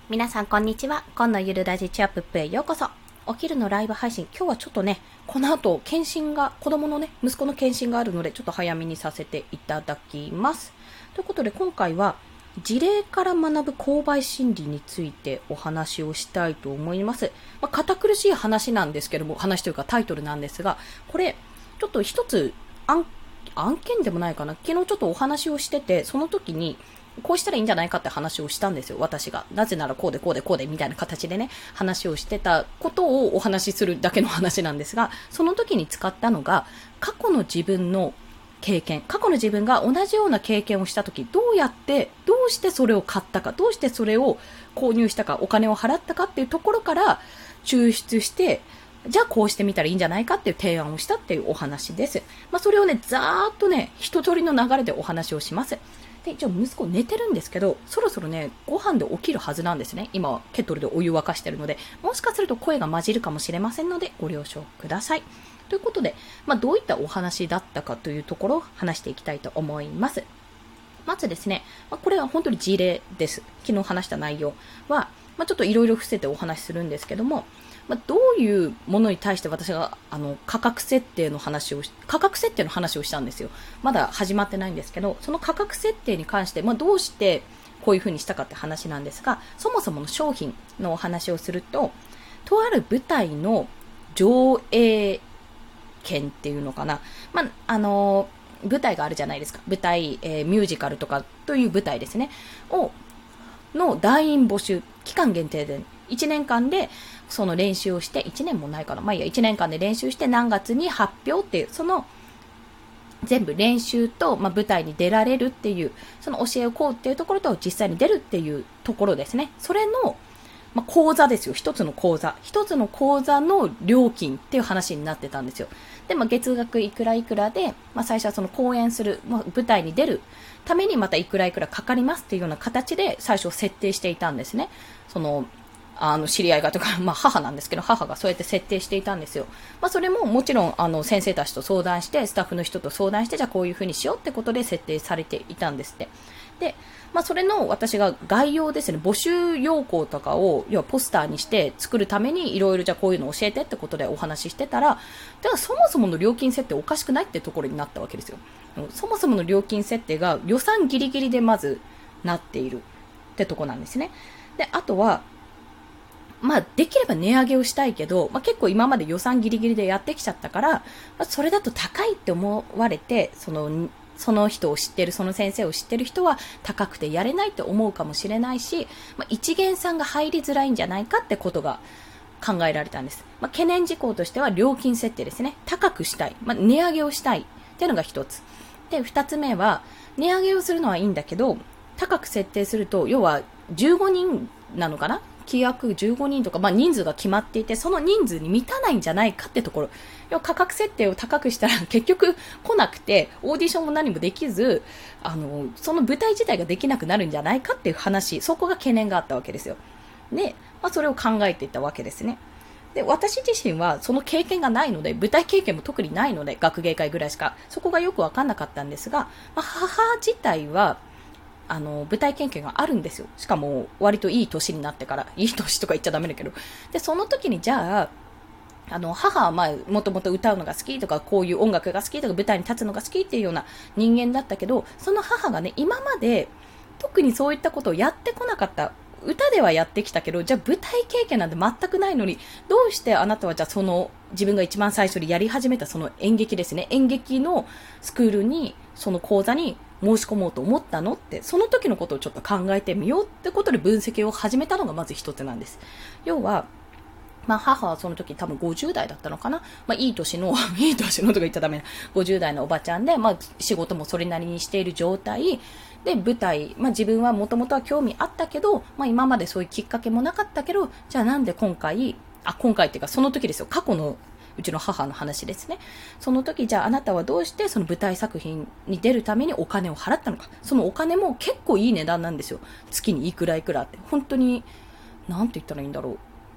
皆さんこんにちは。今のゆるラジチアップへようこそ。お昼のライブ配信、今日はちょっとね、この後検診が、子供のね、息子の検診があるので、ちょっと早めにさせていただきます。ということで今回は、事例から学ぶ購買心理についてお話をしたいと思います。堅苦しい話なんですけども、話というかタイトルなんですが、これ、ちょっと一つ案件でもないかな。昨日ちょっとお話をしてて、その時に、こうしたらいいんじゃないかって話をしたんですよ、私が。なぜならこうでこうでこうでみたいな形でね、話をしてたことをお話しするだけの話なんですが、その時に使ったのが、過去の自分の経験、過去の自分が同じような経験をした時、どうしてそれを買ったか、どうしてそれを購入したか、お金を払ったかっていうところから抽出して、じゃあこうしてみたらいいんじゃないかっていう提案をしたっていうお話です。それをね、ざーっとね、一通りの流れでお話をします。で、一応息子寝てるんですけど、そろそろね、ご飯で起きるはずなんですね。今はケトルでお湯沸かしてるので、もしかすると声が混じるかもしれませんので、ご了承ください。ということで、どういったお話だったかというところを話していきたいと思います。まずですね、これは本当に事例です。昨日話した内容は、ちょっといろいろ伏せてお話しするんですけども、どういうものに対して私が価格設定の話をしたんですよ。まだ始まってないんですけど、その価格設定に関して、どうしてこういう風にしたかって話なんですが、そもそもの商品のお話をすると、とある舞台の上映券っていうのかな。舞台があるじゃないですか。舞台、ミュージカルとかという舞台ですね。の団員募集、期間限定で1年間でその練習をして、1年もないかな。1年間で練習して何月に発表っていう、その全部練習と、舞台に出られるっていう、その教えをこうっていうところと実際に出るっていうところですね。それの、講座ですよ。一つの講座の料金っていう話になってたんですよ。で、月額いくらいくらで、最初はその講演する、舞台に出るためにまたいくらいくらかかりますっていうような形で最初設定していたんですね。知り合いがとか、母なんですけど、母がそうやって設定していたんですよ。それももちろん、先生たちと相談して、スタッフの人と相談して、じゃあこういう風にしようってことで設定されていたんですって。で、それの私が概要ですね、募集要項とかを、要はポスターにして作るために、いろいろじゃあこういうの教えてってことでお話ししてたら、だからそもそもの料金設定おかしくないってところになったわけですよ。そもそもの料金設定が予算ギリギリでまずなっているってとこなんですね。で、あとは、できれば値上げをしたいけど、結構今まで予算ギリギリでやってきちゃったから、それだと高いって思われて、その人を知ってる、その先生を知ってる人は高くてやれないって思うかもしれないし、一元さんが入りづらいんじゃないかってことが考えられたんです。懸念事項としては料金設定ですね。高くしたい。値上げをしたいっていうのが一つ。で、二つ目は、値上げをするのはいいんだけど、高く設定すると、要は15人なのかな、規約15人とか、人数が決まっていて、その人数に満たないんじゃないかってところ。要は価格設定を高くしたら結局来なくて、オーディションも何もできず、その舞台自体ができなくなるんじゃないかっていう話、そこが懸念があったわけですよ。で、それを考えていったわけですね。で、私自身はその経験がないので、舞台経験も特にないので、学芸会ぐらいしか、そこがよくわかんなかったんですが、母自体は、舞台経験があるんですよ。しかも、割といい年になってから、いい年とか言っちゃダメだけど。で、その時にじゃあ、母はもともと歌うのが好きとか、こういう音楽が好きとか、舞台に立つのが好きっていうような人間だったけど、その母がね、今まで、特にそういったことをやってこなかった。歌ではやってきたけど、じゃあ舞台経験なんて全くないのに、どうしてあなたはじゃあ自分が一番最初にやり始めたその演劇ですね、演劇のスクールに、その講座に申し込もうと思ったのって、その時のことをちょっと考えてみようってことで分析を始めたのがまず一つなんです。要は、母はその時多分50代だったのかな。いい年のとか言っちゃダメな、50代のおばちゃんで、仕事もそれなりにしている状態で、舞台、自分はもともとは興味あったけど、今までそういうきっかけもなかったけど、じゃあなんで今回っていうかその時ですよ、過去のうちの母の話ですね。その時、じゃああなたはどうしてその舞台作品に出るためにお金を払ったのか。そのお金も結構いい値段なんですよ。月にいくらいくらって。本当に、なんて言ったらいいんだろう。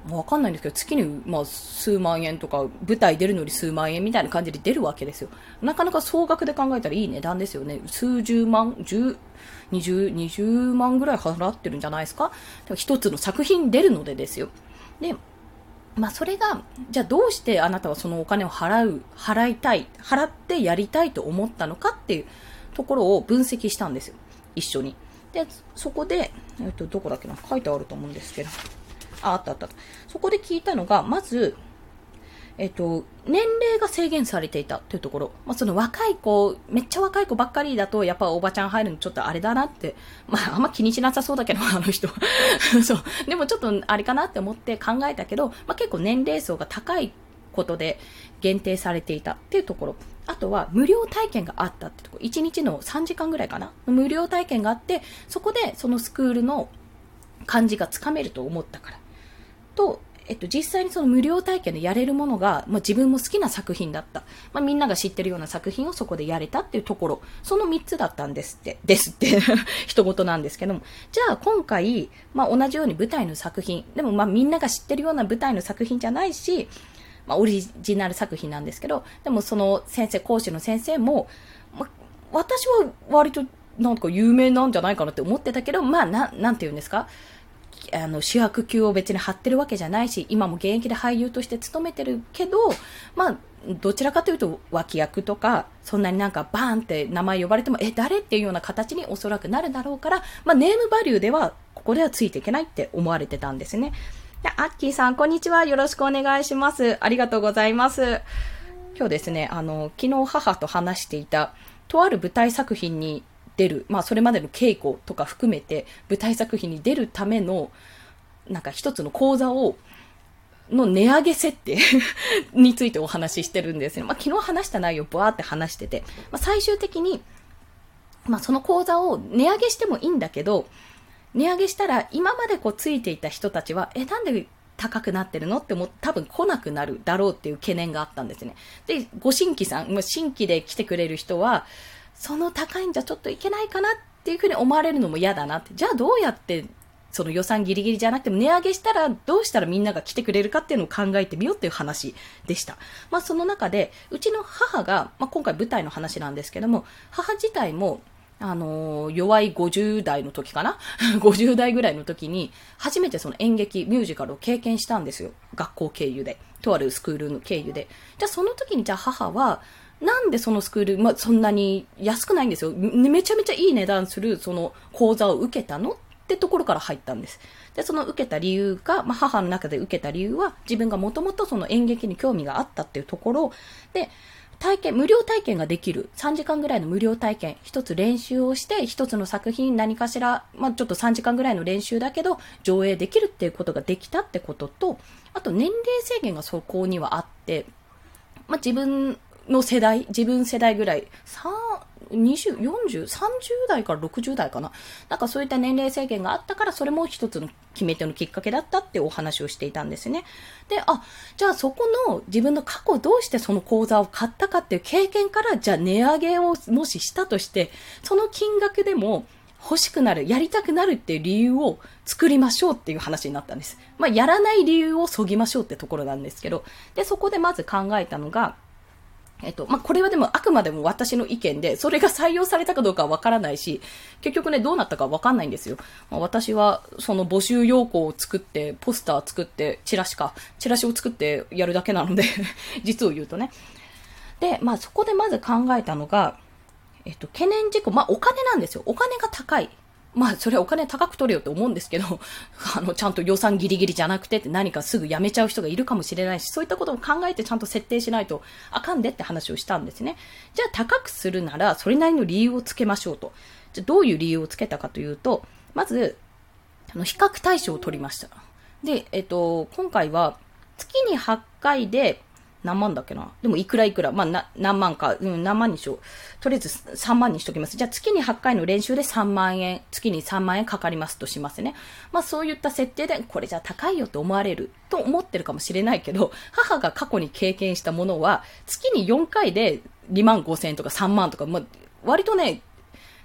わかんないんですけど、月にまあ数万円とか、舞台出るのに数万円みたいな感じで出るわけですよ。なかなか総額で考えたらいい値段ですよね。数十万、20万ぐらい払ってるんじゃないですか。一つの作品出るのでですよ。で、まあそれが、じゃあどうしてあなたはそのお金を払ってやりたいと思ったのかっていうところを分析したんですよ。一緒に。で、そこで、どこだっけな、書いてあると思うんですけど。あった。そこで聞いたのが、まず、年齢が制限されていたというところ。まあ、その若い子、めっちゃ若い子ばっかりだと、やっぱおばちゃん入るのちょっとあれだなって、まあ、あんま気にしなさそうだけど、あの人。そう。でもちょっとあれかなって思って考えたけど、まあ、結構年齢層が高いことで限定されていたっていうところ。あとは、無料体験があったってところ。1日の3時間ぐらいかな。無料体験があって、そこでそのスクールの感じがつかめると思ったから。と、実際にその無料体験でやれるものが、まあ、自分も好きな作品だった。まあ、みんなが知ってるような作品をそこでやれたっていうところ。その3つだったんですって。一言なんですけども。じゃあ今回、まあ、同じように舞台の作品。でもまあみんなが知ってるような舞台の作品じゃないし、まあ、オリジナル作品なんですけど、でもその講師の先生も、まあ、私は割となんか有名なんじゃないかなって思ってたけど、まあなんて言うんですか、主役級を別に張ってるわけじゃないし、今も現役で俳優として勤めてるけど、まあ、どちらかというと脇役とか、そんなになんかバーンって名前呼ばれても、誰っていうような形におそらくなるだろうから、まあ、ネームバリューでは、ここではついていけないって思われてたんですね。アッキーさん、こんにちは。よろしくお願いします。ありがとうございます。今日ですね、昨日母と話していた、とある舞台作品に出る、まあそれまでの稽古とか含めて舞台作品に出るためのなんか一つの講座の値上げ設定についてお話ししてるんですね。まあ昨日話した内容をバーって話してて、まあ最終的にまあその講座を値上げしてもいいんだけど、値上げしたら今までこうついていた人たちはなんで高くなってるのって多分来なくなるだろうっていう懸念があったんですね。で、ご新規さん、新規で来てくれる人は、その高いんじゃちょっといけないかなっていうふうに思われるのも嫌だなって。じゃあどうやってその予算ギリギリじゃなくても値上げしたらどうしたらみんなが来てくれるかっていうのを考えてみようっていう話でした。まあその中で、うちの母が、まあ今回舞台の話なんですけども、母自体も弱い50代の時かな50代ぐらいの時に、初めてその演劇、ミュージカルを経験したんですよ。学校経由で。とあるスクールの経由で。じゃあその時にじゃあ母は、なんでそのスクール、まあ、そんなに安くないんですよ。めちゃめちゃいい値段するその講座を受けたのってところから入ったんです。で、その受けた理由が、まあ、母の中で受けた理由は、自分がもともとその演劇に興味があったっていうところで、無料体験ができる。3時間ぐらいの無料体験。一つ練習をして、一つの作品何かしら、まあ、ちょっと3時間ぐらいの練習だけど、上映できるっていうことができたってことと、あと年齢制限がそこにはあって、まあ、自分世代ぐらい、20、40、30代から60代かな。なんかそういった年齢制限があったから、それも一つの決め手のきっかけだったってお話をしていたんですね。で、じゃあそこの自分の過去どうしてその講座を買ったかっていう経験から、じゃあ値上げをもししたとして、その金額でも欲しくなる、やりたくなるっていう理由を作りましょうっていう話になったんです。まあ、やらない理由をそぎましょうってところなんですけど、で、そこでまず考えたのが、まあ、これはでもあくまでも私の意見で、それが採用されたかどうかはわからないし、結局ね、どうなったかわかんないんですよ。まあ、私は、その募集要項を作って、ポスター作って、チラシを作ってやるだけなので、実を言うとね。で、まあ、そこでまず考えたのが、懸念事項、まあ、お金なんですよ。お金が高い。まあ、それはお金高く取れよって思うんですけど、ちゃんと予算ギリギリじゃなくてって何かすぐ辞めちゃう人がいるかもしれないし、そういったことを考えてちゃんと設定しないとあかんでって話をしたんですね。じゃあ高くするなら、それなりの理由をつけましょうと。じゃあどういう理由をつけたかというと、まず、比較対象を取りました。で、今回は月に8回で、何万だっけな。でもいくら。まあ、何万か。何万にしよう。とりあえず3万にしときます。じゃあ月に8回の練習で3万円、月に3万円かかりますとしますね。まあそういった設定で、これじゃ高いよと思われると思ってるかもしれないけど、母が過去に経験したものは、月に4回で2万5千円とか3万とか、まあ割とね、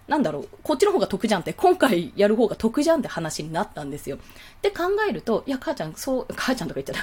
こっちの方が得じゃんって、今回やる方が得じゃんって話になったんですよ。で考えると、いや、母ちゃんとか言っちゃった。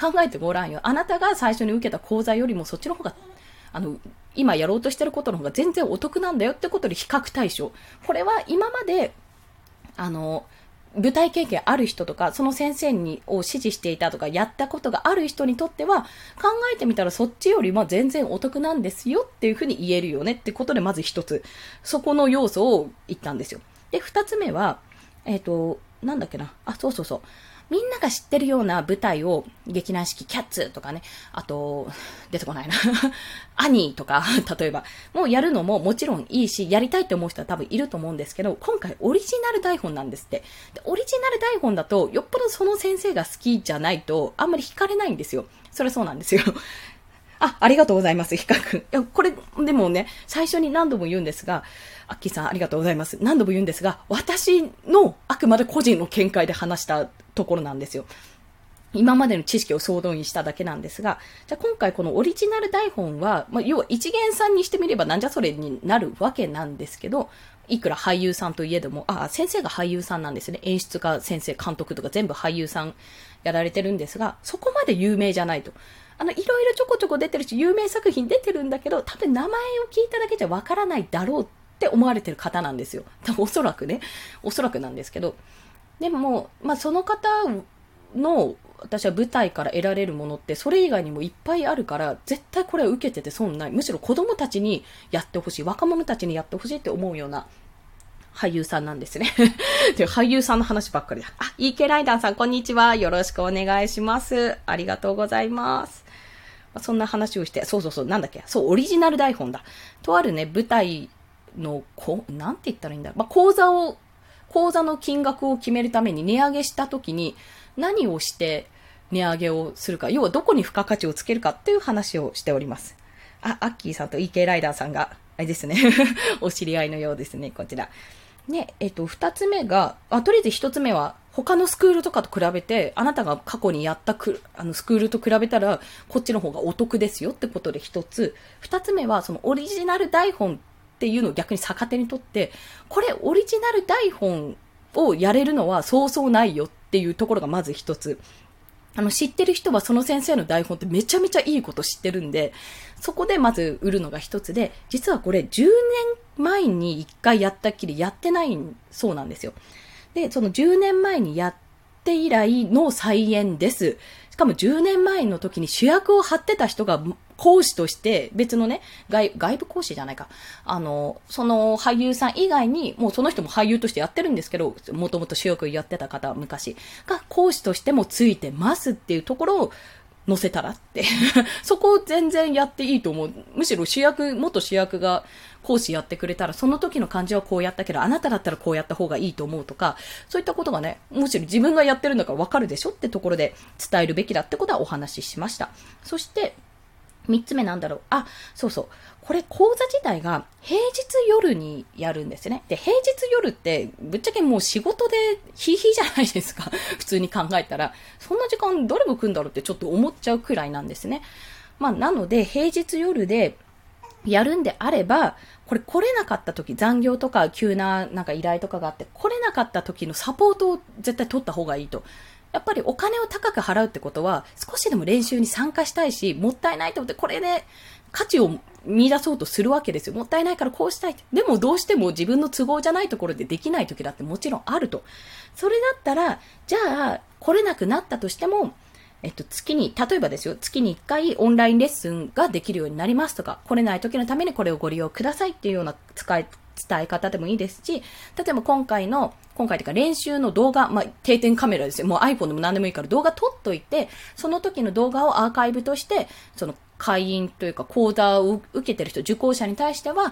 考えてごらんよ。あなたが最初に受けた講座よりもそっちの方が、今やろうとしてることの方が全然お得なんだよってことで比較対象。これは今まで、舞台経験ある人とか、その先生を指示していたとか、やったことがある人にとっては、考えてみたらそっちよりも全然お得なんですよっていうふうに言えるよねってことで、まず一つ、そこの要素を言ったんですよ。で、二つ目は、なんだっけな。そう。みんなが知ってるような舞台を、劇団四季キャッツとかね、あと、出てこないな。アニーとか、例えば、もうやるのももちろんいいし、やりたいって思う人は多分いると思うんですけど、今回オリジナル台本なんですって。でオリジナル台本だと、よっぽどその先生が好きじゃないと、あんまり惹かれないんですよ。それはそうなんですよ。ありがとうございます、ヒカ君。これ、でもね、最初に何度も言うんですが、アッキーさんありがとうございます。何度も言うんですが、私のあくまで個人の見解で話したところなんですよ。今までの知識を総動員しただけなんですが、じゃあ今回このオリジナル台本は、要は一元さんにしてみればなんじゃそれになるわけなんですけど、いくら俳優さんといえども、先生が俳優さんなんですね。演出家、先生、監督とか全部俳優さんやられてるんですが、そこまで有名じゃないと。いろいろちょこちょこ出てるし、有名作品出てるんだけど、多分名前を聞いただけじゃわからないだろうって思われてる方なんですよ。おそらくなんですけど。でも、その方の、私は舞台から得られるものって、それ以外にもいっぱいあるから、絶対これは受けてて損ない。むしろ子供たちにやってほしい。若者たちにやってほしいって思うような俳優さんなんですね。で、俳優さんの話ばっかりだ。EK ライダーさん、こんにちは。よろしくお願いします。ありがとうございます。そんな話をして、なんだっけ、オリジナル台本だ。とあるね、舞台の、なんて言ったらいいんだろう。講座の金額を決めるために値上げしたときに、何をして値上げをするか、要はどこに付加価値をつけるかっていう話をしております。アッキーさんと EK ライダーさんが、あれですね。お知り合いのようですね、こちら。ね、二つ目が、とりあえず一つ目は、他のスクールとかと比べて、あなたが過去にやったスクールと比べたら、こっちの方がお得ですよってことで一つ。二つ目は、そのオリジナル台本っていうのを逆に逆手にとって、これオリジナル台本をやれるのはそうそうないよっていうところがまず一つ。知ってる人はその先生の台本ってめちゃめちゃいいこと知ってるんで、そこでまず売るのが一つで、実はこれ10年前に1回やったっきりやってないそうなんですよ。で、その10年前にやって以来の再演です。しかも10年前の時に主役を張ってた人が講師として別のね、外部講師じゃないか。その俳優さん以外に、もうその人も俳優としてやってるんですけど、もともと主役やってた方は昔が講師としてもついてますっていうところを載せたらって。そこを全然やっていいと思う。むしろ元主役が講師やってくれたら、その時の感じはこうやったけど、あなただったらこうやった方がいいと思うとか、そういったことがね、むしろ自分がやってるんだからわかるでしょってところで伝えるべきだってことはお話ししました。そして、三つ目なんだろう。これ講座自体が平日夜にやるんですね。で、平日夜ってぶっちゃけもう仕事でヒーヒーじゃないですか。普通に考えたら。そんな時間誰が来るんだろうってちょっと思っちゃうくらいなんですね。なので平日夜でやるんであれば、これ来れなかった時、残業とか急ななんか依頼とかがあって来れなかった時のサポートを絶対取った方がいいと。やっぱりお金を高く払うってことは少しでも練習に参加したいし、もったいないと思ってこれで価値を見出そうとするわけですよ。もったいないからこうしたい。でもどうしても自分の都合じゃないところでできない時だってもちろんあると。それだったら、じゃあ来れなくなったとしても、例えばですよ、月に1回オンラインレッスンができるようになりますとか、来れない時のためにこれをご利用くださいっていうような伝え方でもいいですし、例えば今回というか練習の動画、定点カメラですよ。もう iPhone でも何でもいいから動画撮っといて、その時の動画をアーカイブとして、その会員というか講座を受けてる人、受講者に対しては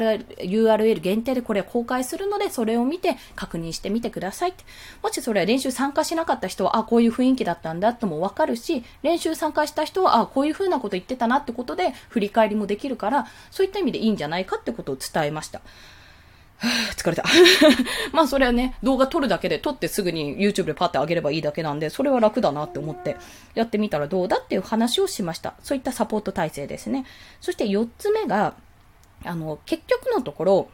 URL 限定でこれを公開するので、それを見て確認してみてくださいって。もしそれは練習参加しなかった人は、こういう雰囲気だったんだともわかるし、練習参加した人は、こういう風なこと言ってたなってことで振り返りもできるから、そういった意味でいいんじゃないかってことを伝えました。疲れた。それはね、動画撮るだけで撮ってすぐに YouTube でパッて上げればいいだけなんで、それは楽だなって思ってやってみたらどうだっていう話をしました。そういったサポート体制ですね。そして4つ目が、結局のところ、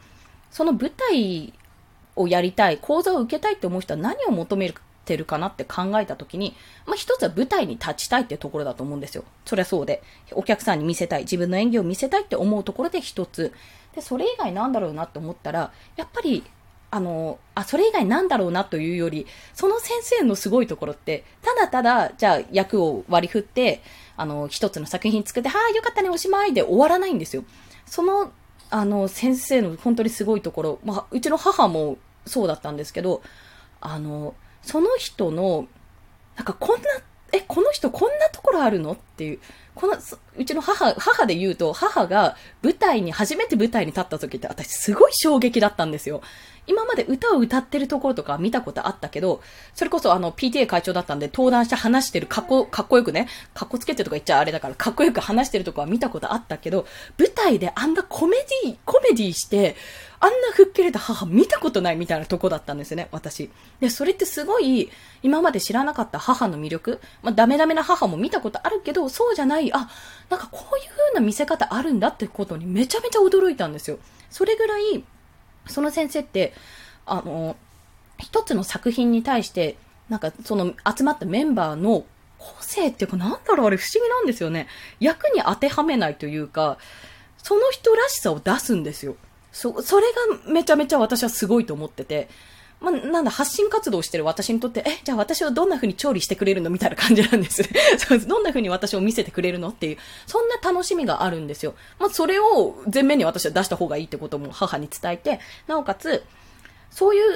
その舞台をやりたい、講座を受けたいって思う人は何を求めてるかなって考えたときに、一つは舞台に立ちたいってところだと思うんですよ。そりゃそうで。お客さんに見せたい、自分の演技を見せたいって思うところで一つ。で、それ以外なんだろうなって思ったら、やっぱり、それ以外なんだろうなというより、その先生のすごいところって、ただただ、じゃあ役を割り振って、一つの作品作って、よかったね、おしまいで終わらないんですよ。その、先生の本当にすごいところ、うちの母もそうだったんですけど、その人の、この人こんなところあるのっていう、うちの母で言うと、母が初めて舞台に立った時って私すごい衝撃だったんですよ。今まで歌を歌ってるところとか見たことあったけど、それこそPTA 会長だったんで登壇して話してるかっこよくね、かっこつけてとか言っちゃあれだからかっこよく話してるとこは見たことあったけど、舞台であんなコメディして、あんな吹っ切れた母見たことないみたいなとこだったんですよね、私。で、それってすごい、今まで知らなかった母の魅力。ダメな母も見たことあるけど、そうじゃない、なんかこういう風な見せ方あるんだってことにめちゃめちゃ驚いたんですよ。それぐらい、その先生って、一つの作品に対して、その集まったメンバーの個性っていうか、なんだろう、あれ不思議なんですよね。役に当てはめないというか、その人らしさを出すんですよ。それがめちゃめちゃ私はすごいと思ってて、発信活動をしてる私にとって、じゃあ私をどんな風に調理してくれるのみたいな感じなんですね。どんな風に私を見せてくれるのっていう、そんな楽しみがあるんですよ。それを前面に私は出した方がいいってことも母に伝えて、なおかつ、そういう、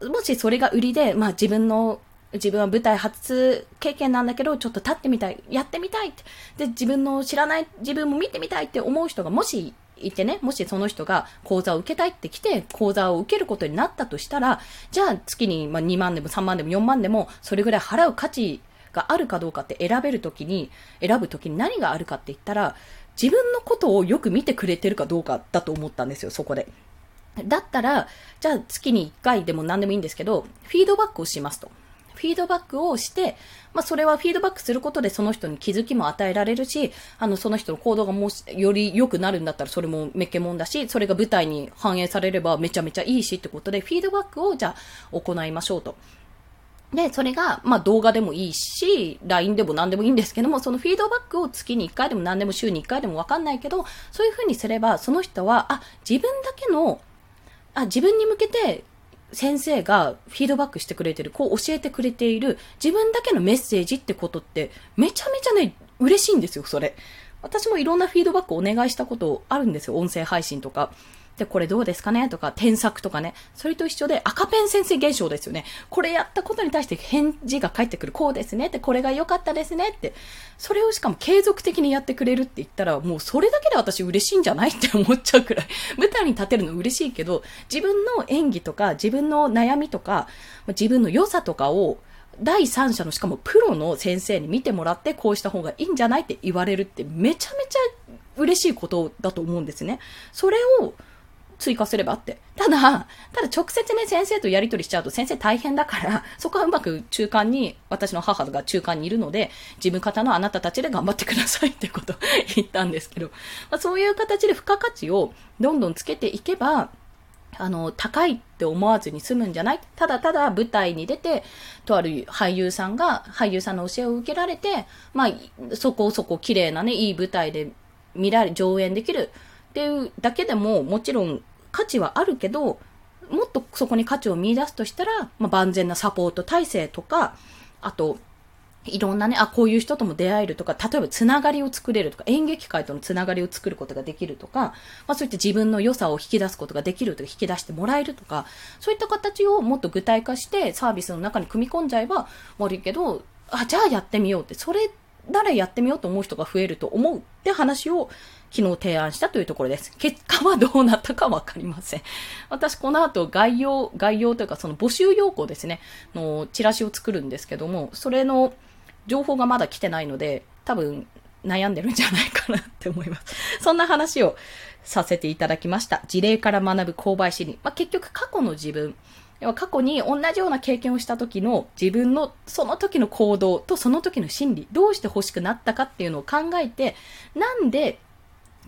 もしそれが売りで、自分は舞台初経験なんだけど、ちょっと立ってみたい、やってみたいって。で、自分の知らない自分も見てみたいって思う人がもしいてね、もしその人が講座を受けたいって来て、講座を受けることになったとしたら、じゃあ月に2万でも3万でも4万でも、それぐらい払う価値があるかどうかって選ぶときに何があるかって言ったら、自分のことをよく見てくれてるかどうかだと思ったんですよ、そこで。だったら、じゃあ月に1回でも何でもいいんですけど、フィードバックをしますと。フィードバックをして、それはフィードバックすることでその人に気づきも与えられるし、その人の行動がより良くなるんだったらそれもめっけもんだし、それが舞台に反映されればめちゃめちゃいいしってことで、フィードバックをじゃあ行いましょうと。で、それが、動画でもいいし、LINE でも何でもいいんですけども、そのフィードバックを月に1回でも何でも週に1回でもわかんないけど、そういう風にすれば、その人は、自分だけの、自分に向けて、先生がフィードバックしてくれてる、こう教えてくれている自分だけのメッセージってことってめちゃめちゃね、嬉しいんですよ、それ。私もいろんなフィードバックをお願いしたことあるんですよ、音声配信とか。で、これどうですかねとか、添削とかね。それと一緒で赤ペン先生現象ですよね。これやったことに対して返事が返ってくる。こうですねって、これが良かったですねって。それをしかも継続的にやってくれるって言ったら、もうそれだけで私嬉しいんじゃないって思っちゃうくらい。舞台に立てるの嬉しいけど、自分の演技とか、自分の悩みとか、自分の良さとかを、第三者のしかもプロの先生に見てもらってこうした方がいいんじゃないって言われるってめちゃめちゃ嬉しいことだと思うんですね。それを追加すればって。ただ直接ね、先生とやり取りしちゃうと先生大変だから、そこはうまく私の母が中間にいるので、事務方のあなたたちで頑張ってくださいってことを言ったんですけど、そういう形で付加価値をどんどんつけていけば、高いって思わずに済むんじゃない？ただただ舞台に出て、とある俳優さんの教えを受けられて、そこそこ綺麗なね、いい舞台で上演できるっていうだけでも、もちろん価値はあるけど、もっとそこに価値を見出すとしたら、万全なサポート体制とか、あと、いろんなね、こういう人とも出会えるとか、例えばつながりを作れるとか、演劇界とのつながりを作ることができるとか、そういった自分の良さを引き出すことができるとか、引き出してもらえるとか、そういった形をもっと具体化してサービスの中に組み込んじゃえば悪いけど、じゃあやってみようって、それならやってみようと思う人が増えると思うって話を昨日提案したというところです。結果はどうなったかわかりません。私この後概要というかその募集要項ですね、のチラシを作るんですけども、それの情報がまだ来てないので、多分悩んでるんじゃないかなって思います。そんな話をさせていただきました。事例から学ぶ購買心理。結局過去の自分、過去に同じような経験をした時の自分のその時の行動とその時の心理、どうして欲しくなったかっていうのを考えて、なんで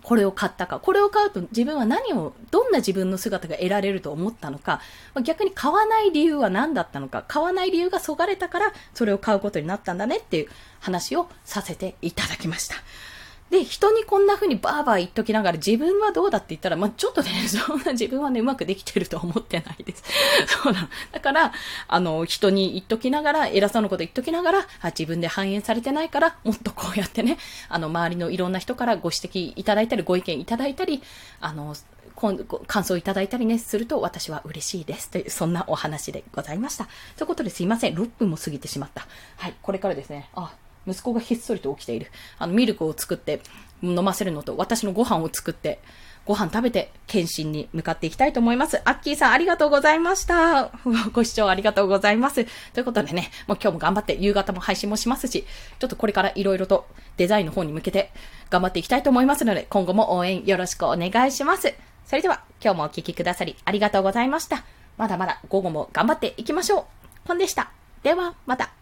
これを買ったか、これを買うと自分はどんな自分の姿が得られると思ったのか、逆に買わない理由は何だったのか、買わない理由がそがれたからそれを買うことになったんだねっていう話をさせていただきました。で、人にこんな風にバーバー言っときながら自分はどうだって言ったら、ちょっとね、そんな自分はね、うまくできてるとは思ってないです。そうだ。だから、人に言っときながら、偉そうなこと言っときながら、自分で反映されてないから、もっとこうやってね、周りのいろんな人からご指摘いただいたり、ご意見いただいたり、感想いただいたりね、すると私は嬉しいです。という、そんなお話でございました。ということですいません。6分も過ぎてしまった。はい、これからですね。息子がひっそりと起きている。ミルクを作って飲ませるのと、私のご飯を作って、ご飯食べて、検診に向かっていきたいと思います。アッキーさんありがとうございました。ご視聴ありがとうございます。ということでね、もう今日も頑張って夕方も配信もしますし、ちょっとこれからいろいろとデザインの方に向けて頑張っていきたいと思いますので、今後も応援よろしくお願いします。それでは今日もお聞きくださりありがとうございました。まだまだ午後も頑張っていきましょう。ポンでした。ではまた。